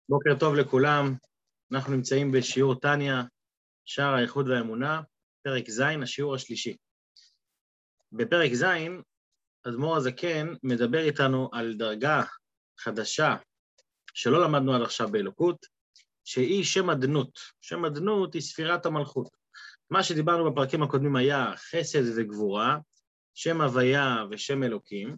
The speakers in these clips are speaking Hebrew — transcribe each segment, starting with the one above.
בוקר טוב לכולם, אנחנו נמצאים בשיעור תניא, שער האיחוד והאמונה, פרק ז', השיעור השלישי. בפרק ז', אדמו"ר הזקן מדבר איתנו על דרגה חדשה שלא למדנו עד עכשיו באלוקות, שהיא שם אדנות. שם אדנות היא ספירת המלכות. מה שדיברנו בפרקים הקודמים היה חסד וגבורה, שם הוויה ושם אלוקים.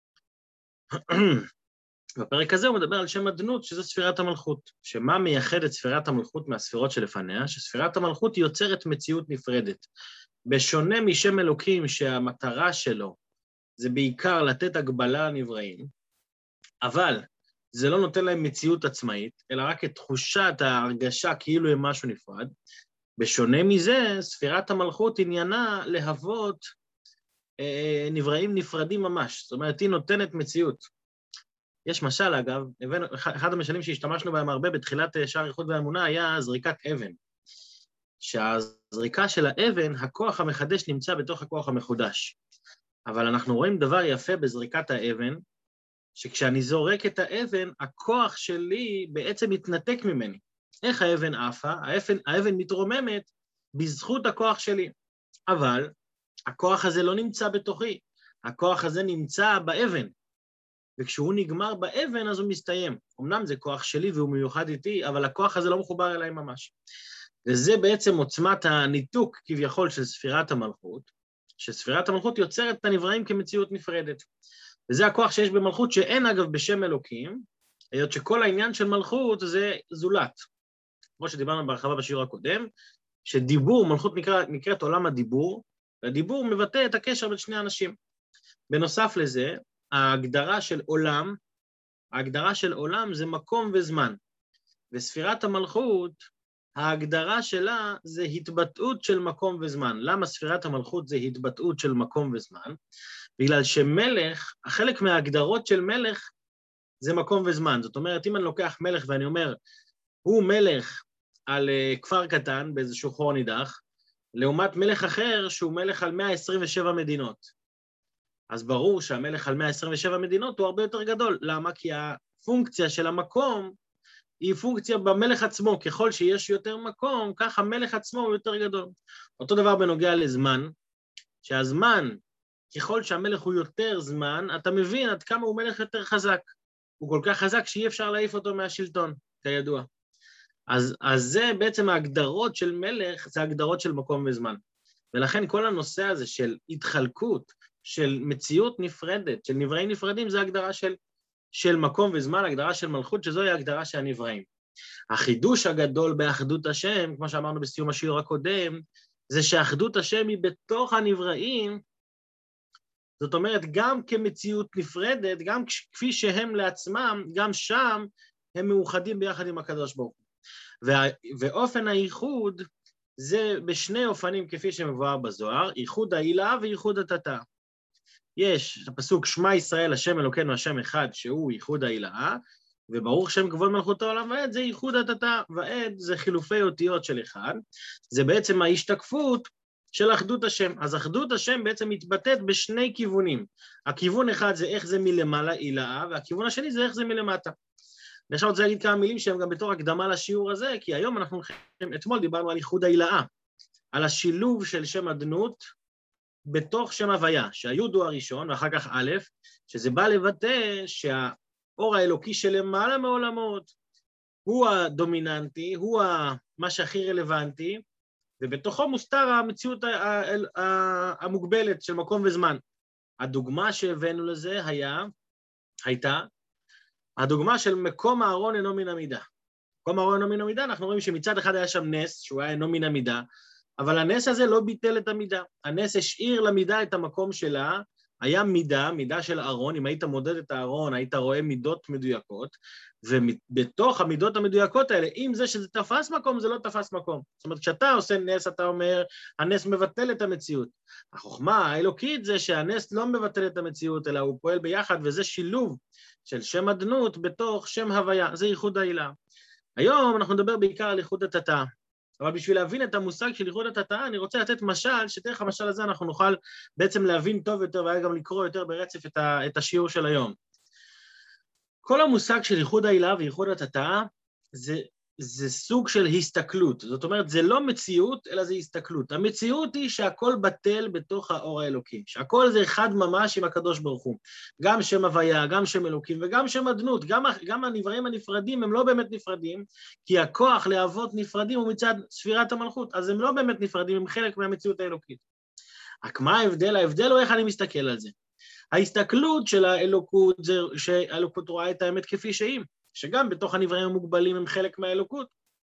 בפרק הזה הוא מדבר על שם אדנות, שזה ספירת המלכות. שמה מייחד את ספירת המלכות מהספירות שלפניה? שספירת המלכות יוצרת מציאות נפרדת. בשונה משם אלוקים שהמטרה שלו זה בעיקר לתת הגבלה לנבראים, אבל זה לא נותן להם מציאות עצמאית, אלא רק את תחושת ההרגשה כאילו הם משהו נפרד. בשונה מזה, ספירת המלכות עניינה להוות נבראים נפרדים ממש. זאת אומרת, היא נותנת מציאות. יש משל, אגב, אחד המשלים שהשתמשנו בהם הרבה בתחילת שער האיחוד והאמונה היה זריקת אבן. שהזריקה של האבן, הכוח המחדש נמצא בתוך הכוח המחודש. אבל אנחנו רואים דבר יפה בזריקת האבן, שכשאני זורק את האבן, הכוח שלי בעצם מתנתק ממני. איך האבן עפה? האבן מתרוממת בזכות הכוח שלי. אבל הכוח הזה לא נמצא בתוכי, הכוח הזה נמצא באבן. וכשהוא נגמר באבן, אז הוא מסתיים. אמנם זה כוח שלי והוא מיוחד איתי, אבל הכוח הזה לא מחובר אליי ממש. וזה בעצם עוצמת הניתוק כביכול של ספירת המלכות, שספירת המלכות יוצרת את הנבראים כמציאות נפרדת. וזה הכוח שיש במלכות, שאין אגב בשם אלוקים, היות שכל העניין של מלכות זה זולת. כמו שדיברנו בהרחבה בשיעור הקודם, שדיבור, מלכות נקראת עולם הדיבור, והדיבור מבטא את הקשר בין שני אנשים. בנוסף לזה, ההגדרה של עולם זה מקום וזמן. וספירת המלכות, ההגדרה שלה זה התבטאות של מקום וזמן. למה ספירת המלכות זה התבטאות של מקום וזמן? בגלל שמלך, חלק מההגדרות של מלך זה מקום וזמן. זאת אומרת, אם אני לוקח מלך ואני אומר, הוא מלך על כפר קטן באיזשהו חור נידח, לעומת מלך אחר שהוא מלך על 127 מדינות. אז ברור שהמלך על 127 מדינות הוא הרבה יותר גדול. למה? כי הפונקציה של המקום היא פונקציה במלך עצמו. ככל שיש יותר מקום, כך המלך עצמו הוא יותר גדול. אותו דבר בנוגע לזמן, שהזמן, ככל שהמלך הוא יותר זמן, אתה מבין עד כמה הוא מלך יותר חזק. הוא כל כך חזק שאי אפשר להעיף אותו מהשלטון, כידוע. אז זה בעצם ההגדרות של מלך, זה ההגדרות של מקום וזמן. ולכן כל הנושא הזה של התחלקות, של מציאות נפרדת, של נבראים נפרדים, זה הגדרה של מקום וזמן, הגדרה של מלכות, שזוהי הגדרה של הנבראים. החידוש הגדול באחדות השם, כמו שאמרנו בסיום השיעור הקודם, זה שאחדות השם היא בתוך הנבראים, זאת אומרת, גם כמציאות נפרדת, גם כפי שהם לעצמם, גם שם הם מאוחדים ביחד עם הקדוש ברוך הוא. ואופן הייחוד זה בשני אופנים כפי שמבואר בזוהר, ייחוד העילה וייחוד התתה. יש הפסוק שמע ישראל השם אלוקינו השם אחד שהוא ייחוד העילה, וברוך שם כבוד מלכות העולם ועד זה ייחוד התתה, ועד זה חילופי אותיות של אחד, זה בעצם ההשתקפות של אחדות השם. אז אחדות השם בעצם מתבטאת בשני כיוונים. הכיוון אחד זה איך זה מלמעלה עילה, והכיוון השני זה איך זה מלמטה. ועכשיו רוצה להגיד כמה מילים שהם גם בתור הקדמה לשיעור הזה, כי היום אתמול דיברנו על ייחוד העילה, על השילוב של שם אדנות בתוך שם הוויה, שהיוד הוא הראשון ואחר כך א', שזה בא לבטא שהאור האלוקי שלמעלה מעולמות הוא הדומיננטי, הוא מה שהכי רלוונטי, ובתוכו מוסתר המציאות המוגבלת של מקום וזמן. הדוגמה שהבאנו לזה הייתה הדוגמה של מקום הארון אינו מן המידה. מקום הארון אינו מן המידה, אנחנו רואים שמצד אחד היה שם נס, שהוא היה אינו מן המידה, אבל הנס הזה לא ביטל את המידה. הנס השאיר למידה את המקום שלה, היה מידה של ארון, אם היית מודד את הארון, היית רואה מידות מדויקות, ובתוך המידות המדויקות האלה, אם זה שזה תפס מקום, זה לא תפס מקום. זאת אומרת, כשאתה עושה נס, אתה אומר, הנס מבטל את המציאות. החוכמה האלוקית זה שהנס לא מבטל את המציאות, אלא הוא פועל ביחד, וזה שילוב של שם אדנות בתוך שם הוויה, זה ייחוד העילה. היום אנחנו נדבר בעיקר על ייחוד התתה. אבל בשביל להבין את המושג של ייחוד התתה, אני רוצה לתת משל, שדרך המשל הזה אנחנו נוכל בעצם להבין טוב יותר, והיה גם לקרוא יותר ברצף את השיעור של היום. כל המושג של ייחוד העילה וייחוד התתה, זה סוג של הסתכלות, זאת אומרת, זה לא מציאות, אלא זה הסתכלות. המציאות היא שהכל בטל בתוך האור האלוקי, שהכל זה אחד ממש עם הקדוש ברוך הוא. גם שם הוויה, גם שם אלוקים וגם שם אדנות, גם הנבראים הנפרדים הם לא באמת נפרדים, כי הכוח להוות נפרדים הוא מצד ספירת המלכות, אז הם לא באמת נפרדים, הם חלק מהמציאות האלוקית. רק מה ההבדל? ההבדל הוא איך אני מסתכל על זה. ההסתכלות של האלוקות זה שהאלוקות רואה את האמת כפי שהיא, שגם בתוך הנבראים המוגבלים הם חלק מהאלוקות.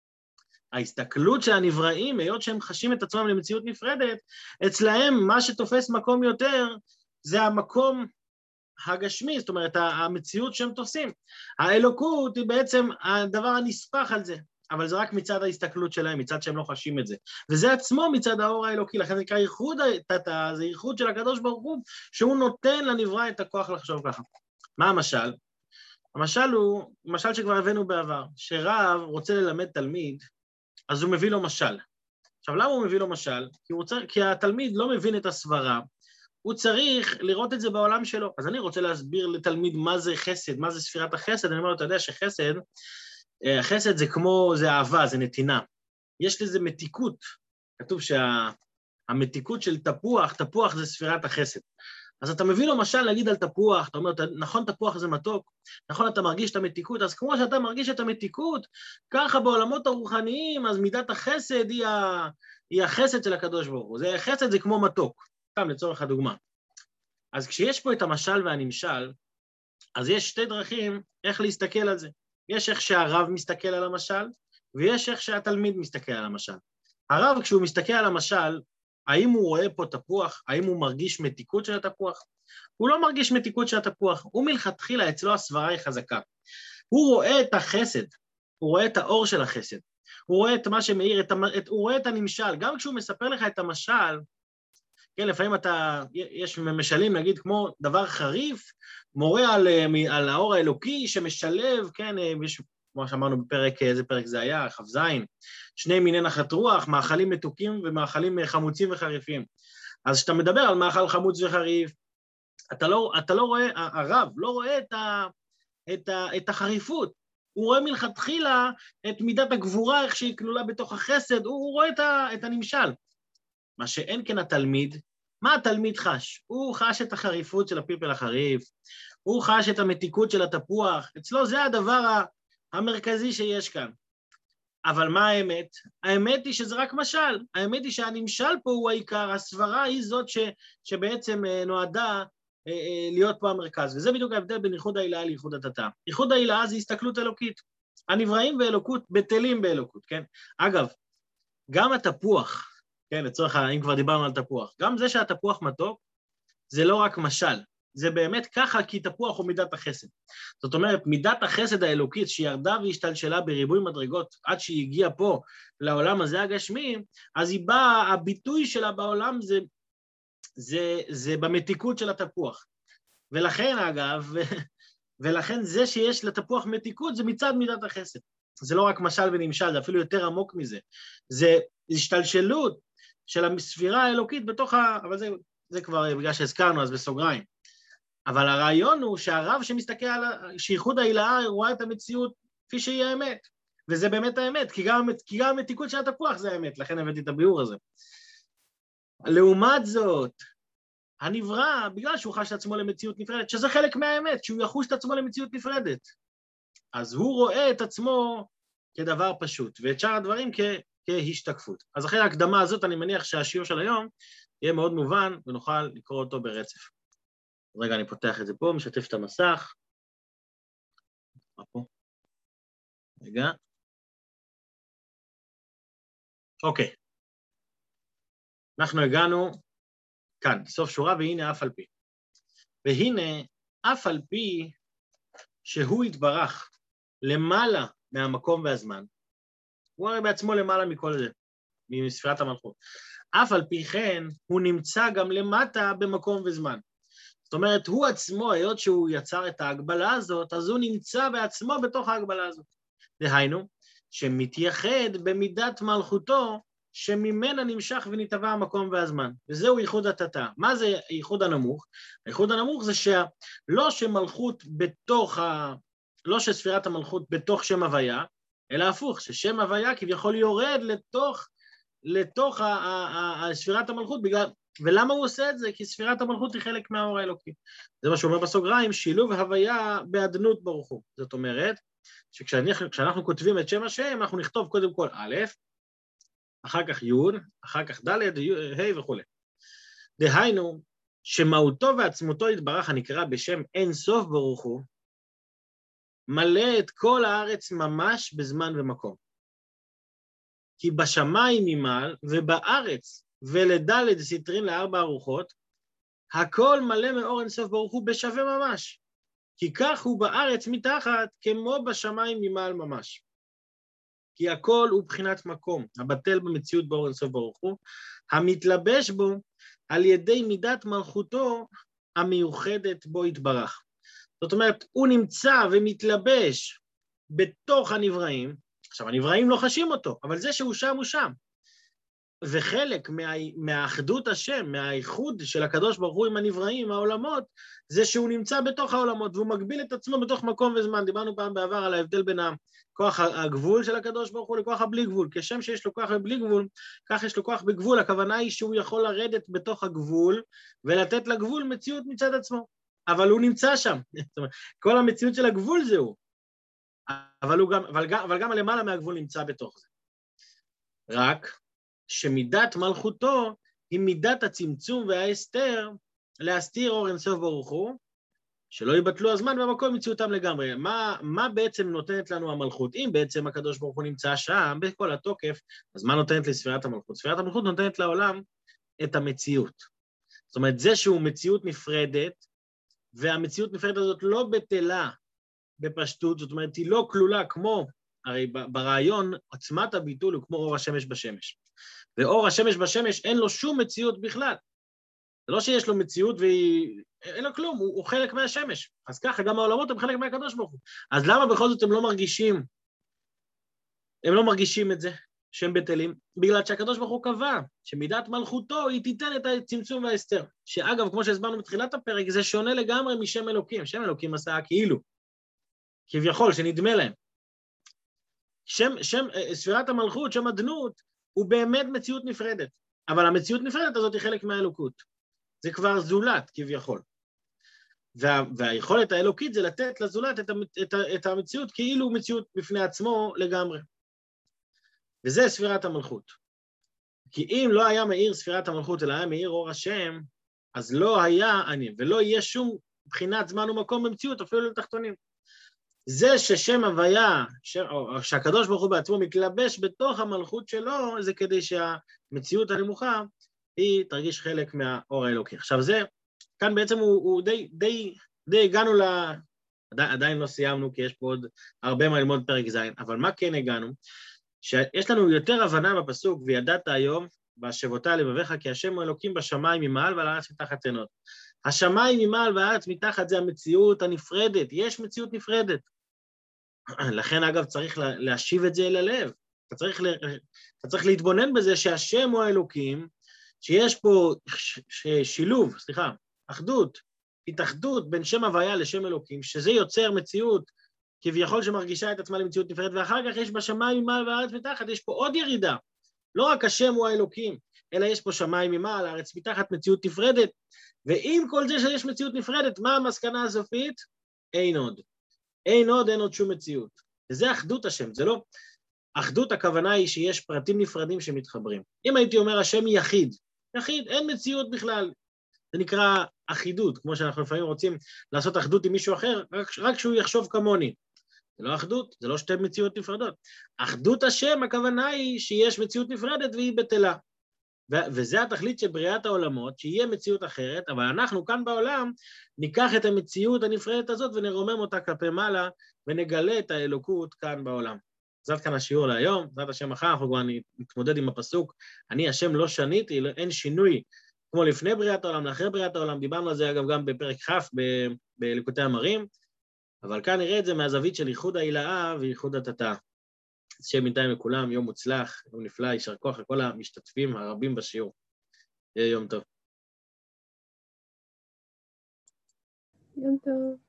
ההסתכלות של הנבראים, היות שהם חשים את עצמם למציאות נפרדת, אצלהם מה שתופס מקום יותר זה המקום הגשמי, זאת אומרת המציאות שהם תופסים. האלוקות היא בעצם הדבר הנספח על זה, אבל זה רק מצד ההסתכלות שלהם, מצד שהם לא חשים את זה. וזה עצמו מצד האור האלוקי, לכן זה נקרא ייחוד התתה, זה ייחוד של הקדוש ברוך הוא, שהוא נותן לנברא את הכוח לחשוב ככה. מה המשל? המשל הוא, משל שכבר הבאנו בעבר, שרב רוצה ללמד תלמיד, אז הוא מביא לו משל. עכשיו, למה הוא מביא לו משל? כי התלמיד לא מבין את הסברה, הוא צריך לראות את זה בעולם שלו. אז אני רוצה להסביר לתלמיד מה זה חסד, מה זה ספירת החסד, אני אומר לו, אתה יודע שחסד, חסד זה כמו, זה אהבה, זה נתינה. יש לזה מתיקות, כתוב שהמתיקות של תפוח, תפוח זה ספירת החסד. אז אתה מביא לו משל להגיד על תפוח, אתה אומר, נכון תפוח זה מתוק, נכון אתה מרגיש את המתיקות, אז כמו שאתה מרגיש את המתיקות, ככה בעולמות הרוחניים, אז מידת החסד היא החסד של הקדוש ברוך הוא. חסד זה כמו מתוק, סתם לצורך הדוגמה. אז כשיש פה את המשל והנמשל, אז יש שתי דרכים איך להסתכל על זה. יש איך שהרב מסתכל על המשל, ויש איך שהתלמיד מסתכל על המשל. הרב כשהוא מסתכל על המשל, האם הוא רואה פה תפוח? האם הוא מרגיש מתיקות של התפוח? הוא לא מרגיש מתיקות של התפוח, הוא מלכתחילה, אצלו הסברה היא חזקה. הוא רואה את החסד, הוא רואה את האור של החסד, הוא רואה את מה שמאיר, הוא רואה את הנמשל. גם כשהוא מספר לך את המשל, כן, לפעמים יש משלים, נגיד, כמו דבר חריף, מורה על האור האלוקי שמשלב, כן, יש, כמו שאמרנו בפרק, איזה פרק זה היה? כ"ז, שני מיני נחת רוח, מאכלים מתוקים ומאכלים חמוצים וחריפים. אז כשאתה מדבר על מאכל חמוץ וחריף, אתה לא רואה, הרב לא רואה את החריפות, הוא רואה מלכתחילה את מידת הגבורה, איך שהיא כלולה בתוך החסד, הוא רואה את הנמשל. מה שאין כן התלמיד, מה התלמיד חש? הוא חש את החריפות של הפלפל החריף, הוא חש את המתיקות של התפוח, אצלו זה הדבר המרכזי שיש כאן. אבל מה האמת? האמת היא שזה רק משל, האמת היא שהנמשל פה הוא העיקר, הסברה היא זאת שבעצם נועדה להיות פה המרכז, וזה בדיוק ההבדל בין ייחוד ההילאה לייחוד התתה. ייחוד ההילאה זה הסתכלות אלוקית, הנבראים באלוקות בטלים באלוקות, כן? אגב, גם התפוח, כן, לצורך, אם כבר דיברנו על תפוח, גם זה שהתפוח מתוק, זה לא רק משל, זה באמת ככה כי תפוח הוא מידת החסד. זאת אומרת, מידת החסד האלוקית שירדה והשתלשלה בריבוי מדרגות עד שהיא הגיעה פה לעולם הזה הגשמי, אז היא באה, הביטוי שלה בעולם זה במתיקות של התפוח. ולכן אגב, ולכן זה שיש לתפוח מתיקות זה מצד מידת החסד. זה לא רק משל ונמשל, זה אפילו יותר עמוק מזה. זה השתלשלות של הספירה האלוקית בתוך אבל זה כבר בגלל שהזכרנו, אז בסוגריים. אבל הרעיון הוא שהרב שמסתכל על שייחוד ההילאה רואה את המציאות כפי שהיא האמת, וזה באמת האמת, כי גם המתיקות של התפוח זה האמת, לכן הבאתי את הביאור הזה. לעומת זאת, הנברא, בגלל שהוא חש את עצמו למציאות נפרדת, שזה חלק מהאמת, שהוא יחוש את עצמו למציאות נפרדת, אז הוא רואה את עצמו כדבר פשוט, ואת שאר הדברים כהשתקפות. אז אחרי ההקדמה הזאת אני מניח שהשיעור של היום יהיה מאוד מובן, ונוכל לקרוא אותו ברצף. רגע, אני פותח את זה פה, משתף את המסך. מה פה? רגע. אוקיי. אנחנו הגענו כאן, סוף שורה, והנה אף על פי. והנה אף על פי שהוא יתברך למעלה מהמקום והזמן, הוא הרי בעצמו למעלה מכל זה, מספירת המלכות. אף על פי כן, הוא נמצא גם למטה במקום וזמן. זאת אומרת, הוא עצמו, היות שהוא יצר את ההגבלה הזאת, אז הוא נמצא בעצמו בתוך ההגבלה הזאת. דהיינו, שמתייחד במידת מלכותו, שממנה נמשך ונתבע המקום והזמן. וזהו ייחוד התתה. מה זה ייחוד הנמוך? הייחוד הנמוך זה לא שמלכות בתוך לא שספירת המלכות בתוך שם הוויה, אלא הפוך, ששם הוויה כביכול יורד לתוך ספירת המלכות, ולמה הוא עושה את זה? כי ספירת המלכות היא חלק מהאור האלוקי. זה מה שאומר בסוגריים, שילוב הוויה באדנות ברוך הוא. זאת אומרת, שכשאנחנו כותבים את שם השם, אנחנו נכתוב קודם כל א', אחר כך י', אחר כך ד', ה' וכו'. דהיינו, שמהותו ועצמותו יתברך הנקרא בשם אין סוף ברוך הוא, מלא את כל הארץ ממש בזמן ומקום. כי בשמיים ממעל ובארץ ולדלת סתרין לארבע ארוחות, הכל מלא מאור אין סוף ברוך הוא בשווה ממש. כי כך הוא בארץ מתחת כמו בשמיים ממעל ממש. כי הכל הוא בחינת מקום, הבטל במציאות באור אין סוף ברוך הוא, המתלבש בו על ידי מידת מלכותו המיוחדת בו יתברך. זאת אומרת, הוא נמצא ומתלבש בתוך הנבראים, עכשיו הנבראים לא חשים אותו, אבל זה שהוא שם הוא שם. וחלק מהאחדות השם, מהאיחוד של הקדוש ברוך הוא עם הנבראים, העולמות, זה שהוא נמצא בתוך העולמות, והוא מגביל את עצמו בתוך מקום וזמן. דיברנו פעם בעבר על ההבדל בין כוח הגבול של הקדוש ברוך הוא לכוח הבלי גבול. כשם שיש לו כוח בלי גבול, כך יש לו כוח בגבול. הכוונה היא שהוא יכול לרדת בתוך הגבול, ולתת לגבול מציאות מצד עצמו. אבל הוא נמצא שם. זאת אומרת, כל המציאות של הגבול זה הוא. אבל גם למעלה מהגבול נמצא בתוך זה. רק שמידת מלכותו היא מידת הצמצום וההסתר להסתיר אור אין סוף ברוך הוא, שלא יבטלו הזמן והמקום מציאותם לגמרי. מה בעצם נותנת לנו המלכות? אם בעצם הקדוש ברוך הוא נמצא שם בכל התוקף, אז מה נותנת לספירת המלכות? ספירת המלכות נותנת לעולם את המציאות. זאת אומרת, זה שהוא מציאות נפרדת, והמציאות נפרדת הזאת לא בטלה בפשטות, זאת אומרת, היא לא כלולה כמו, הרי ברעיון עוצמת הביטול הוא כמו אור השמש בשמש. ואור השמש בשמש אין לו שום מציאות בכלל. זה לא שיש לו מציאות ואין לו כלום, הוא חלק מהשמש. אז ככה גם העולמות הם חלק מהקדוש ברוך הוא. אז למה בכל זאת הם לא מרגישים את זה, שהם בטלים? בגלל שהקדוש ברוך הוא קבע שמידת מלכותו היא תיתן את הצמצום וההסתר. שאגב, כמו שהסברנו בתחילת הפרק, זה שונה לגמרי משם אלוקים. שם אלוקים עשה כאילו, כביכול, שנדמה להם. ספירת המלכות, שם אדנות, הוא באמת מציאות נפרדת. אבל המציאות נפרדת הזאת היא חלק מהאלוקות. זה כבר זולת, כביכול. והיכולת האלוקית זה לתת לזולת את המציאות כאילו מציאות בפני עצמו לגמרי. וזה ספירת המלכות. כי אם לא היה מאיר ספירת המלכות, אלא היה מאיר אור השם, אז לא היה אני, ולא יהיה שום בחינת זמן ומקום במציאות, אפילו לתחתונים. זה ששם הוויה, שהקדוש ברוך הוא בעצמו מתלבש בתוך המלכות שלו, זה כדי שהמציאות הנמוכה היא תרגיש חלק מהאור האלוקי. עכשיו זה, כאן בעצם הוא די הגענו עדיין לא סיימנו, כי יש פה עוד הרבה מה ללמוד פרק ז', אבל מה כן הגענו? שיש לנו יותר הבנה בפסוק, וידעת היום, והשבותה לבביך, כי השם הוא אלוקים בשמיים ממעל ועל הארץ מתחת עינות. השמיים ממעל והארץ מתחת זה המציאות הנפרדת, יש מציאות נפרדת. לכן אגב צריך להשיב את זה אל הלב, אתה צריך להתבונן בזה שהשם הוא האלוקים, שיש פה אחדות, התאחדות בין שם הוויה לשם אלוקים, שזה יוצר מציאות כביכול שמרגישה את עצמה למציאות נפרדת, ואחר כך יש בשמיים ממעל והארץ מתחת, יש פה עוד ירידה, לא רק השם הוא האלוקים, אלא יש פה שמיים ממעל, הארץ מתחת, מציאות נפרדת, ועם כל זה שיש מציאות נפרדת, מה המסקנה הסופית? אין עוד שום מציאות. וזה אחדות השם, זה לא, אחדות הכוונה היא שיש פרטים נפרדים שמתחברים. אם הייתי אומר השם יחיד, אין מציאות בכלל, זה נקרא אחידות, כמו שאנחנו לפעמים רוצים לעשות אחדות עם מישהו אחר, רק שהוא יחשוב כמוני. זה לא אחדות, זה לא שתי מציאות נפרדות. אחדות השם, הכוונה היא שיש מציאות נפרדת והיא בטלה. וזה התכלית של בריאת העולמות, שיהיה מציאות אחרת, אבל אנחנו כאן בעולם ניקח את המציאות הנפרדת הזאת ונרומם אותה כלפי מעלה, ונגלה את האלוקות כאן בעולם. אז עד כאן השיעור להיום, בעזרת השם מחר אנחנו כבר נתמודד עם הפסוק, אני השם לא שניתי, אין שינוי כמו לפני בריאת העולם, לאחרי בריאת העולם, דיברנו על זה אגב גם בפרק כ' בליקוטי המרים, אבל כאן נראה את זה מהזווית של ייחוד ההילאה וייחוד התתאה. אז שיהיה בינתיים לכולם, יום מוצלח, יום נפלא, יישר כוח לכל המשתתפים הרבים בשיעור. יהיה יום טוב. יום טוב.